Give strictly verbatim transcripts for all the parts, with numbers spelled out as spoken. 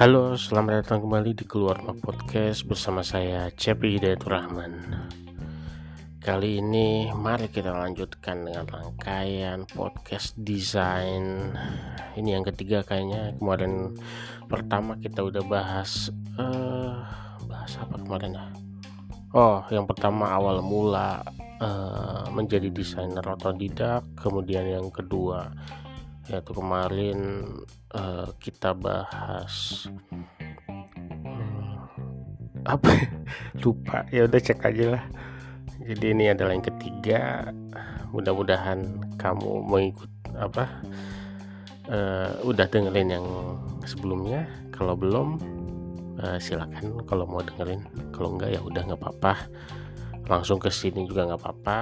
Halo, selamat datang kembali di Keluarga Podcast bersama saya Cepi Hidayatur Rahman. Kali ini mari kita lanjutkan dengan rangkaian podcast desain. Ini yang ketiga kayaknya. Kemarin pertama kita udah bahas uh, bahas apa kemarin ya? Oh, yang pertama awal mula uh, menjadi desainer otodidak. Kemudian yang kedua yaitu kemarin uh, kita bahas hmm, apa lupa ya udah cek aja lah. Jadi ini adalah yang ketiga. Mudah-mudahan kamu mengikut apa uh, udah dengerin yang sebelumnya. Kalau belum uh, silakan kalau mau dengerin. Kalau enggak ya udah nggak apa-apa, langsung ke sini juga nggak apa-apa.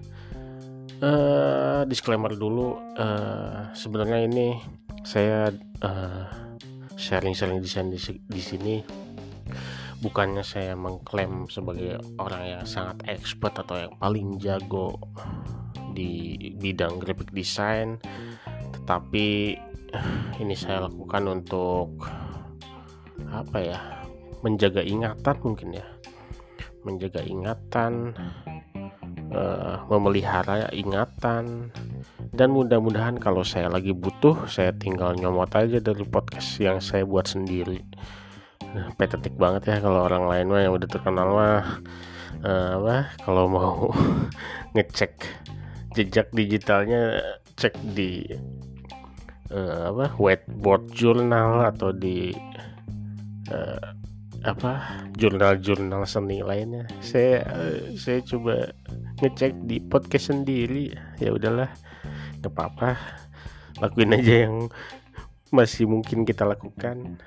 Uh, disclaimer dulu, uh, sebenarnya ini saya uh, sharing-sharing desain di, di sini bukannya saya mengklaim sebagai orang yang sangat expert atau yang paling jago di bidang graphic design, tetapi ini saya lakukan untuk apa ya, menjaga ingatan mungkin ya, menjaga ingatan. Uh, memelihara ingatan, dan mudah-mudahan kalau saya lagi butuh saya tinggal nyomot aja dari podcast yang saya buat sendiri. Nah, patetik banget ya kalau orang lain mah yang udah terkenal mah uh, apa kalau mau ngecek jejak digitalnya cek di uh, apa whiteboard journal atau di uh, apa jurnal-jurnal seni lainnya. Saya uh, saya coba ngecek di podcast sendiri. Ya udahlah, nggak apa-apa, lakuin aja yang masih mungkin kita lakukan.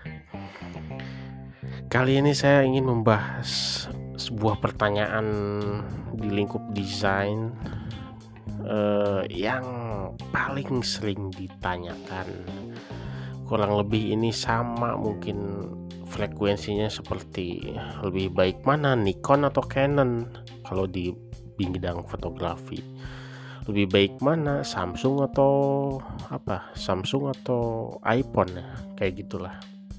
Kali ini saya ingin membahas sebuah pertanyaan di lingkup desain uh, yang paling sering ditanyakan. Kurang lebih ini sama mungkin frekuensinya, seperti lebih baik mana Nikon atau Canon kalau di bidang fotografi, lebih baik mana Samsung atau apa Samsung atau iPhone, kayak gitulah.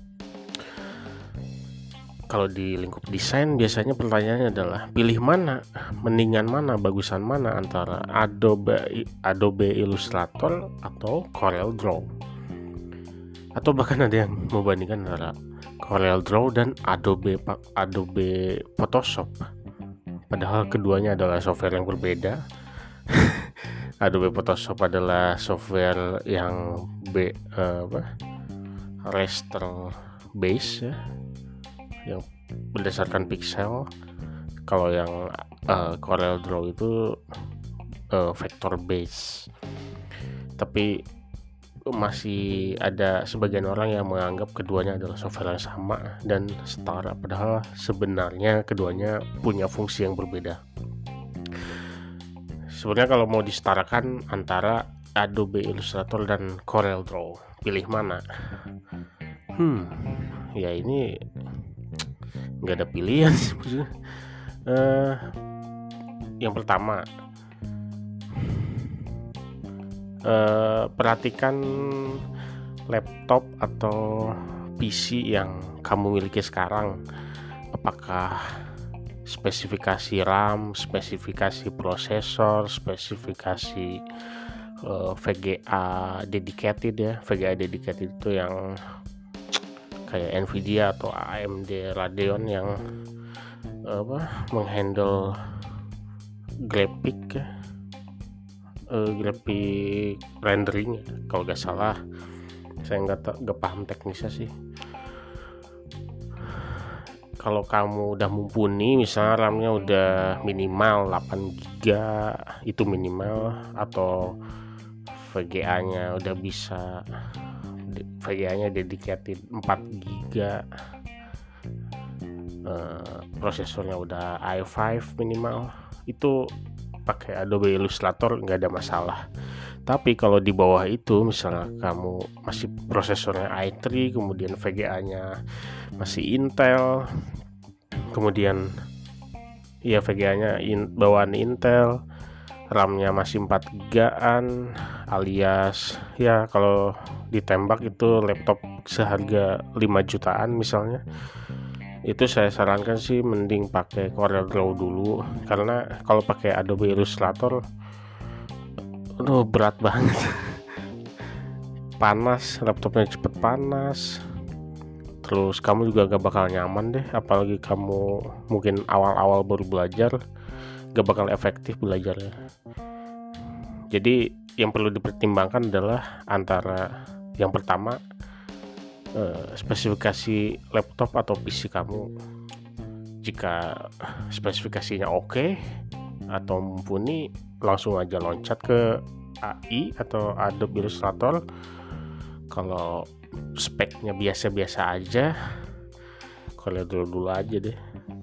Kalau di lingkup desain biasanya pertanyaannya adalah pilih mana, mendingan mana, bagusan mana antara Adobe Adobe Illustrator atau Corel Draw, atau bahkan ada yang membandingkan antara Corel Draw dan Adobe Adobe Photoshop. Padahal keduanya adalah software yang berbeda. Adobe Photoshop adalah software yang B, uh, apa, raster base ya, yang berdasarkan pixel. Kalau yang uh, Corel Draw itu uh, vector base. Tapi masih ada sebagian orang yang menganggap keduanya adalah software yang sama dan setara, padahal sebenarnya keduanya punya fungsi yang berbeda. Sebenarnya kalau mau disetarakan antara Adobe Illustrator dan Corel Draw, pilih mana? Hmm, ya ini nggak ada pilihan sih. Uh, yang pertama, Uh, perhatikan laptop atau P C yang kamu miliki sekarang. Apakah spesifikasi RAM, spesifikasi prosesor, spesifikasi uh, V G A dedicated ya. V G A dedicated itu yang kayak Nvidia atau A M D Radeon yang uh, apa menghandle grafik ya. Uh, grafik rendering kalau gak salah, saya nggak nggak paham teknisnya sih. Kalau kamu udah mumpuni, misalnya RAM-nya udah minimal delapan giga itu minimal, atau V G A-nya udah bisa V G A-nya dedicated empat giga, uh, prosesornya udah i lima minimal, itu pakai Adobe Illustrator nggak ada masalah. Tapi kalau di bawah itu, misalnya kamu masih prosesornya i tiga, kemudian V G A-nya masih Intel, kemudian ya V G A-nya in, bawaan Intel, RAM-nya masih empat gigaan alias ya kalau ditembak itu laptop seharga lima jutaan misalnya, itu saya sarankan sih mending pakai Corel Draw dulu, karena kalau pakai Adobe Illustrator aduh berat banget. Panas, laptopnya cepet panas, terus kamu juga gak bakal nyaman deh, apalagi kamu mungkin awal-awal baru belajar, gak bakal efektif belajarnya. Jadi yang perlu dipertimbangkan adalah antara yang pertama eh, spesifikasi laptop atau P C kamu. Jika spesifikasinya oke atau mumpuni, langsung aja loncat ke A I atau Adobe Illustrator. Kalau speknya biasa-biasa aja, kalau dulu dulu aja deh.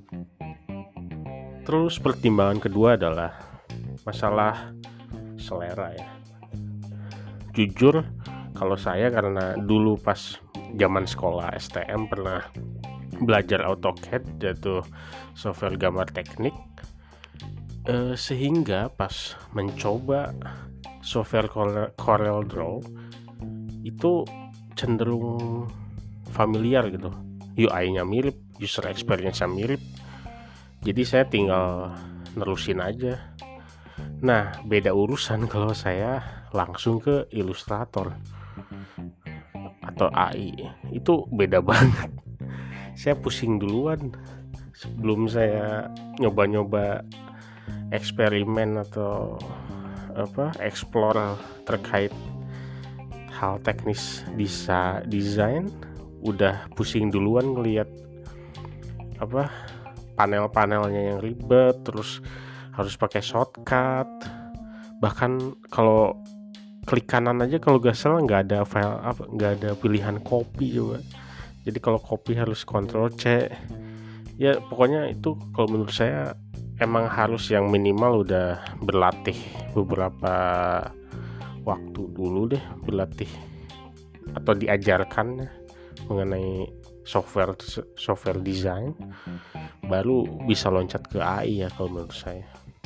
Terus pertimbangan kedua adalah masalah selera ya. Jujur kalau saya, karena dulu pas zaman sekolah S T M pernah belajar AutoCAD, yaitu software gambar teknik, eh, sehingga pas mencoba software Corel Draw itu cenderung familiar gitu, U I-nya mirip, user experience-nya mirip, jadi saya tinggal nerusin aja. Nah, beda urusan kalau saya langsung ke Illustrator atau A I, itu beda banget. Saya pusing duluan sebelum saya nyoba-nyoba eksperimen atau apa explore terkait hal teknis bisa desain, udah pusing duluan ngelihat apa panel-panelnya yang ribet, terus harus pakai shortcut, bahkan kalau klik kanan aja kalau gak salah nggak ada file apa nggak ada pilihan copy juga, jadi kalau copy harus control C. Ya pokoknya itu kalau menurut saya emang harus yang minimal udah berlatih beberapa waktu dulu deh, berlatih atau diajarkan mengenai software software design, baru bisa loncat ke A I ya kalau menurut saya.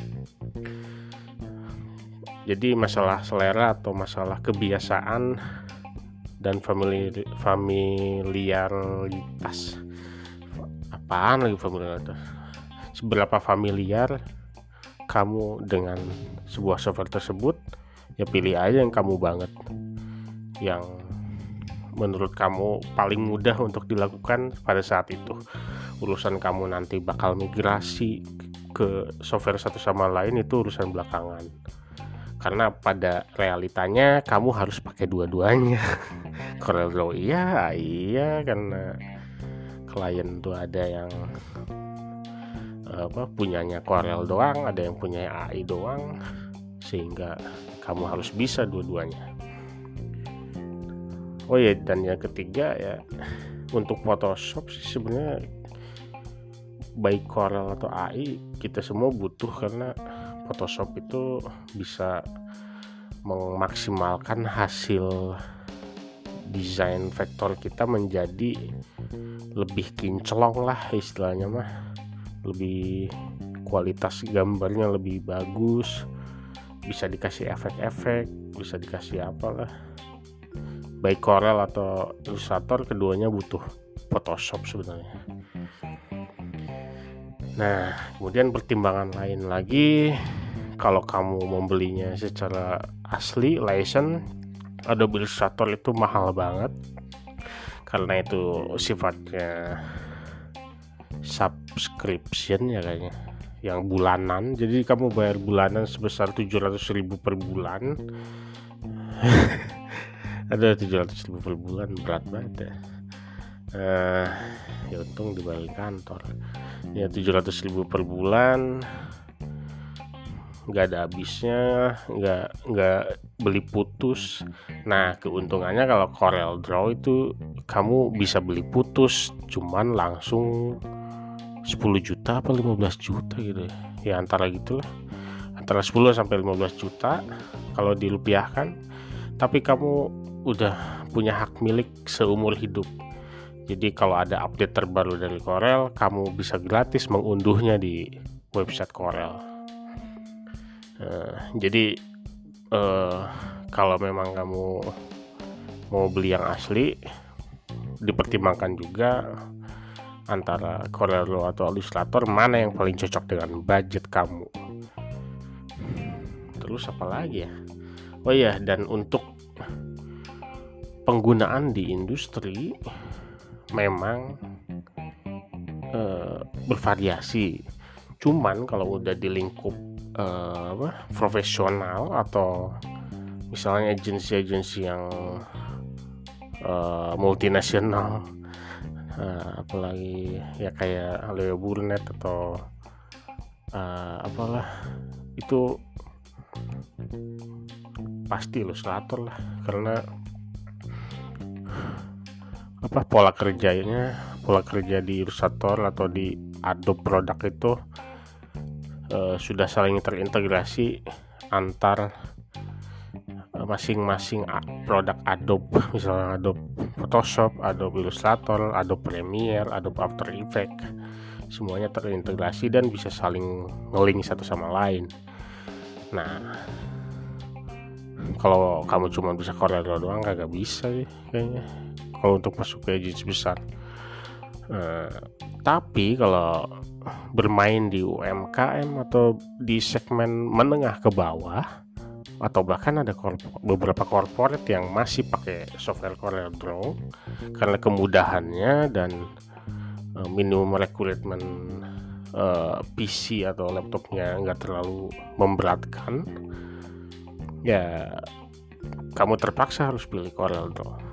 Jadi masalah selera atau masalah kebiasaan dan famili- familiaritas, apaan lagi familiaritas, seberapa familiar kamu dengan sebuah software tersebut, ya pilih aja yang kamu banget, yang menurut kamu paling mudah untuk dilakukan pada saat itu. Urusan kamu nanti bakal migrasi ke software satu sama lain itu urusan belakangan, karena pada realitanya kamu harus pakai dua-duanya. Corel Draw iya iya karena klien tuh ada yang apa punyanya Corel doang, ada yang punya A I doang, sehingga kamu harus bisa dua-duanya. Oh ya, dan yang ketiga ya, untuk Photoshop sih sebenarnya baik Corel atau A I kita semua butuh, karena Photoshop itu bisa memaksimalkan hasil desain vektor kita menjadi lebih kinclong lah istilahnya mah, lebih kualitas gambarnya lebih bagus, bisa dikasih efek-efek, bisa dikasih apalah. Baik Corel atau Illustrator, keduanya butuh Photoshop sebenarnya. Nah, kemudian pertimbangan lain lagi, kalau kamu membelinya secara asli license, Adobe Illustrator itu mahal banget, karena itu sifatnya subscription ya kayaknya, yang bulanan. Jadi kamu bayar bulanan sebesar tujuh ratus ribu per bulan. Ada tujuh ratus ribu per bulan, berat banget ya. Uh, ya untung dibayar kantor. Ya tujuh ratus ribu per bulan, nggak ada habisnya, nggak nggak beli putus. Nah keuntungannya kalau Corel Draw itu kamu bisa beli putus, cuman langsung sepuluh juta apa lima belas juta gitu ya, ya antara gitulah, antara sepuluh sampai lima belas juta kalau dirupiahkan. Tapi kamu udah punya hak milik seumur hidup. Jadi kalau ada update terbaru dari Corel, kamu bisa gratis mengunduhnya di website Corel. Uh, jadi uh, kalau memang kamu mau beli yang asli, dipertimbangkan juga antara Corel atau Illustrator, mana yang paling cocok dengan budget kamu. Terus apa lagi ya? Oh iya, dan untuk penggunaan di industri memang uh, bervariasi. Cuman kalau udah di lingkup uh, apa, profesional atau misalnya agensi-agensi yang uh, multinasional, uh, apalagi ya kayak Leo Burnett atau uh, apalah, itu pasti Illustrator lah, karena apa, pola kerjanya pola kerja di Illustrator atau di Adobe produk itu uh, sudah saling terintegrasi antar uh, masing-masing produk Adobe, misalnya Adobe Photoshop, Adobe Illustrator, Adobe Premiere, Adobe After Effects, semuanya terintegrasi dan bisa saling nge-link satu sama lain. Nah, kalau kamu cuma bisa Corel doang kagak bisa ya kayaknya kalau untuk masuk ke agensi besar. Uh, tapi kalau bermain di U M K M atau di segmen menengah ke bawah, atau bahkan ada korpor, beberapa corporate yang masih pakai software Corel Draw karena kemudahannya dan uh, minimum requirement uh, P C atau laptopnya nggak terlalu memberatkan, ya kamu terpaksa harus pilih Corel Draw.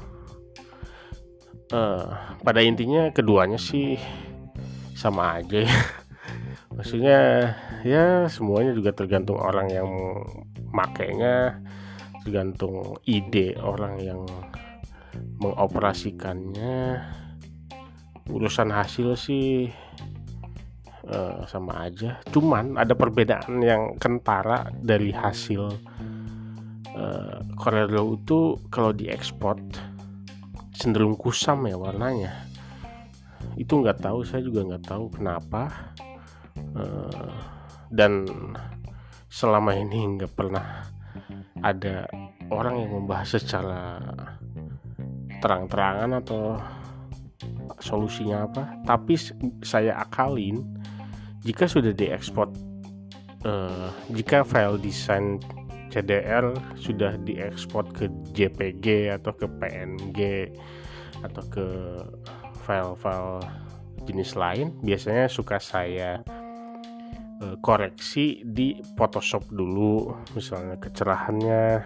Uh, pada intinya keduanya sih sama aja ya. Maksudnya ya semuanya juga tergantung orang yang makainya, tergantung ide orang yang mengoperasikannya. Urusan hasil sih uh, sama aja. Cuman ada perbedaan yang kentara dari hasil uh, Corel Draw itu kalau diekspor cenderung kusam ya warnanya. Itu nggak tahu, saya juga nggak tahu kenapa. Uh, dan selama ini nggak pernah ada orang yang membahas secara terang-terangan atau solusinya apa. Tapi saya akalin, jika sudah diekspor, uh, jika file desain C D R sudah diekspor ke J P G atau ke P N G atau ke file-file jenis lain, biasanya suka saya uh, koreksi di Photoshop dulu, misalnya kecerahannya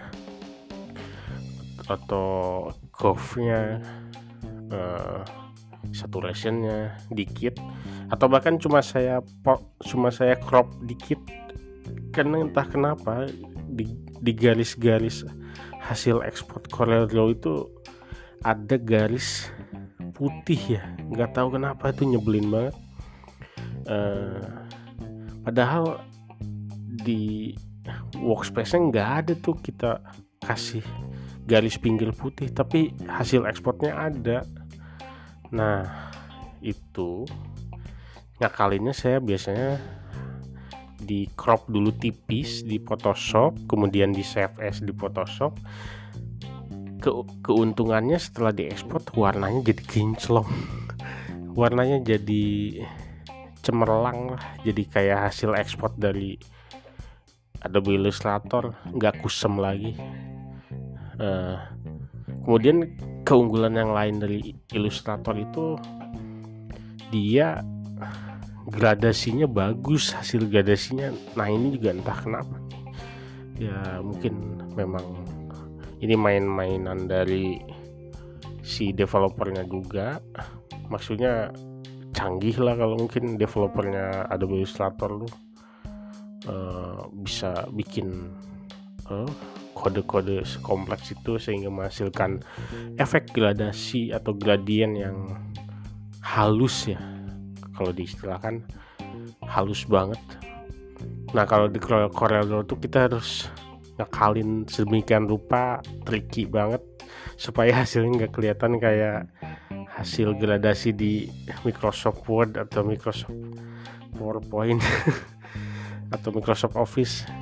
atau curve-nya, uh, saturationnya dikit, atau bahkan cuma saya cuma saya crop dikit, karena entah kenapa di, di garis-garis hasil ekspor Corel Draw itu ada garis putih ya, nggak tahu kenapa, itu nyebelin banget. Uh, padahal di workspace-nya nggak ada tuh kita kasih garis pinggir putih, tapi hasil ekspornya ada. Nah, itu ngakalinnya saya biasanya di crop dulu tipis di Photoshop, kemudian di save as di Photoshop. Ke, keuntungannya setelah diekspor warnanya jadi kinclong, warnanya jadi cemerlang lah, jadi kayak hasil ekspor dari Adobe Illustrator, nggak kusem lagi. Uh, kemudian keunggulan yang lain dari Illustrator itu dia gradasinya bagus, hasil gradasinya. Nah ini juga entah kenapa nih, ya mungkin memang ini main-mainan dari si developernya juga. Maksudnya canggih lah kalau mungkin developernya Adobe Illustrator lu uh, bisa bikin uh, kode-kode kompleks itu sehingga menghasilkan efek gradasi atau gradien yang halus ya, kalau diistilahkan halus banget. Nah kalau di Corel Draw tuh kita harus ngakalin sedemikian rupa, tricky banget supaya hasilnya nggak kelihatan kayak hasil gradasi di Microsoft Word atau Microsoft PowerPoint atau Microsoft Office.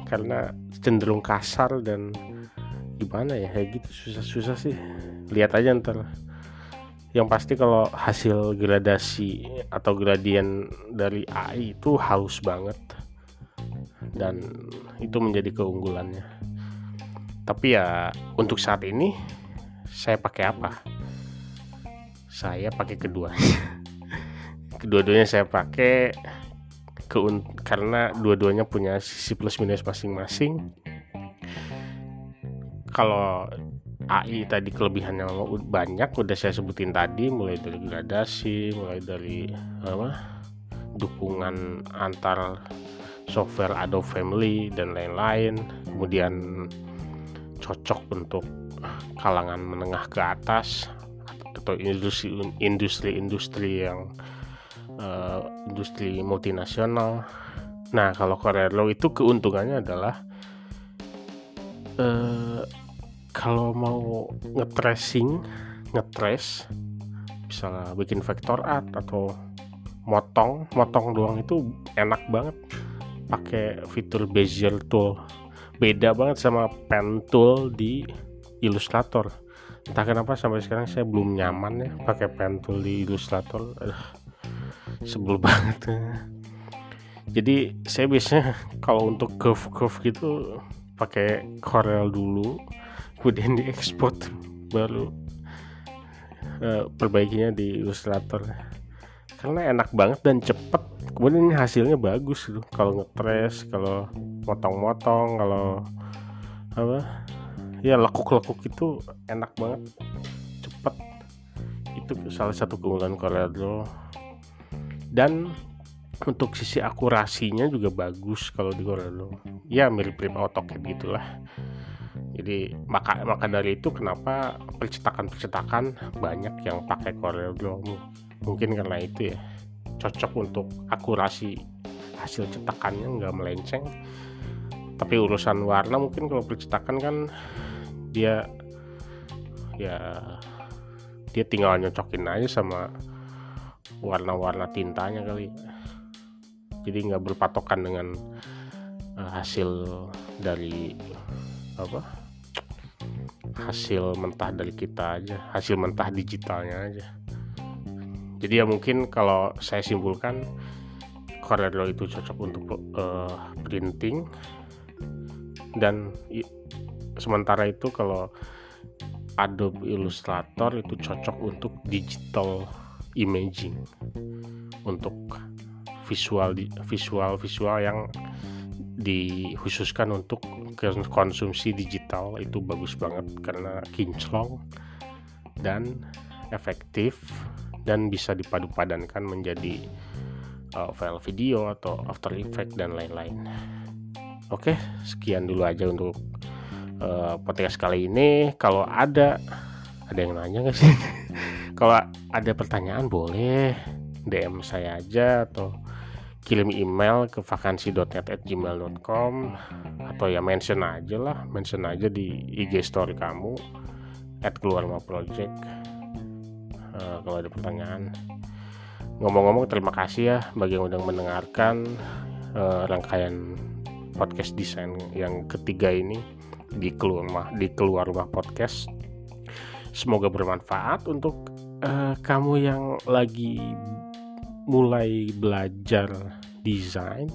karena cenderung kasar dan gimana ya, kayak gitu susah-susah sih. Lihat aja ntar. Yang pasti kalau hasil gradasi atau gradien dari A I itu halus banget, dan itu menjadi keunggulannya. Tapi ya untuk saat ini saya pakai apa? Saya pakai keduanya. Kedua-duanya saya pakai keun- karena dua-duanya punya sisi plus minus masing-masing. Kalau A I tadi kelebihannya banyak, udah saya sebutin tadi, mulai dari gradasi, mulai dari apa, dukungan antar software Adobe Family dan lain-lain. Kemudian cocok untuk kalangan menengah ke atas atau industri industri-industri yang uh, industri multinasional. Nah, kalau Coreldraw itu keuntungannya adalah uh, kalau mau nge-tracing, nge-trace, misalnya bikin vector art atau motong, motong doang itu enak banget pakai fitur Bezier tool. Beda banget sama pen tool di Illustrator. Entah kenapa sampai sekarang saya belum nyaman ya pakai pen tool di Illustrator. Aduh, sebel banget. Jadi saya biasanya kalau untuk curve-curve gitu pakai Corel dulu, kemudian diekspor, baru uh, perbaikinya di Illustrator. Karena enak banget dan cepet, kemudian hasilnya bagus gitu. Kalau nge-trace, kalau motong-motong, kalau apa ya lekuk-lekuk itu enak banget, cepet. Itu salah satu keunggulan Coreldraw. Dan untuk sisi akurasinya juga bagus kalau di Coreldraw. Ya mirip-mirip AutoCAD gitulah. Jadi maka maka dari itu kenapa percetakan-percetakan banyak yang pakai Coreldraw. Mungkin karena itu ya, cocok untuk akurasi hasil cetakannya, nggak melenceng. Tapi urusan warna mungkin kalau percetakan kan dia ya dia tinggal nyocokin aja sama warna-warna tintanya kali. Jadi nggak berpatokan dengan uh, hasil dari apa hasil mentah dari kita aja, hasil mentah digitalnya aja. Jadi ya mungkin kalau saya simpulkan, Coreldraw itu cocok untuk uh, printing, dan i- sementara itu kalau Adobe Illustrator itu cocok untuk digital imaging, untuk visual visual visual yang dikhususkan untuk konsumsi digital. Itu bagus banget karena kinclong dan efektif, dan bisa dipadu-padankan menjadi uh, file video atau After Effects dan lain-lain. Oke, sekian dulu aja untuk uh, podcast kali ini. Kalau ada ada yang nanya nggak sih? Kalau ada pertanyaan boleh D M saya aja, atau kirim email ke vakansi dot net at gmail dot com, atau ya mention aja lah, mention aja di I G story kamu at keluar rumah project. Uh, kalau ada pertanyaan. Ngomong-ngomong, terima kasih ya bagi yang udah mendengarkan uh, rangkaian podcast desain yang ketiga ini di keluar rumah di keluar rumah podcast. Semoga bermanfaat untuk uh, kamu yang lagi mulai belajar desain,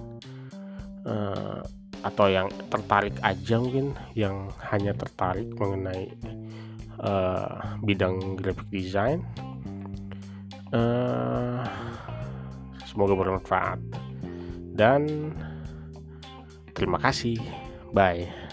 uh, atau yang tertarik aja, mungkin yang hanya tertarik mengenai uh, bidang graphic design. Uh, semoga bermanfaat dan terima kasih. Bye.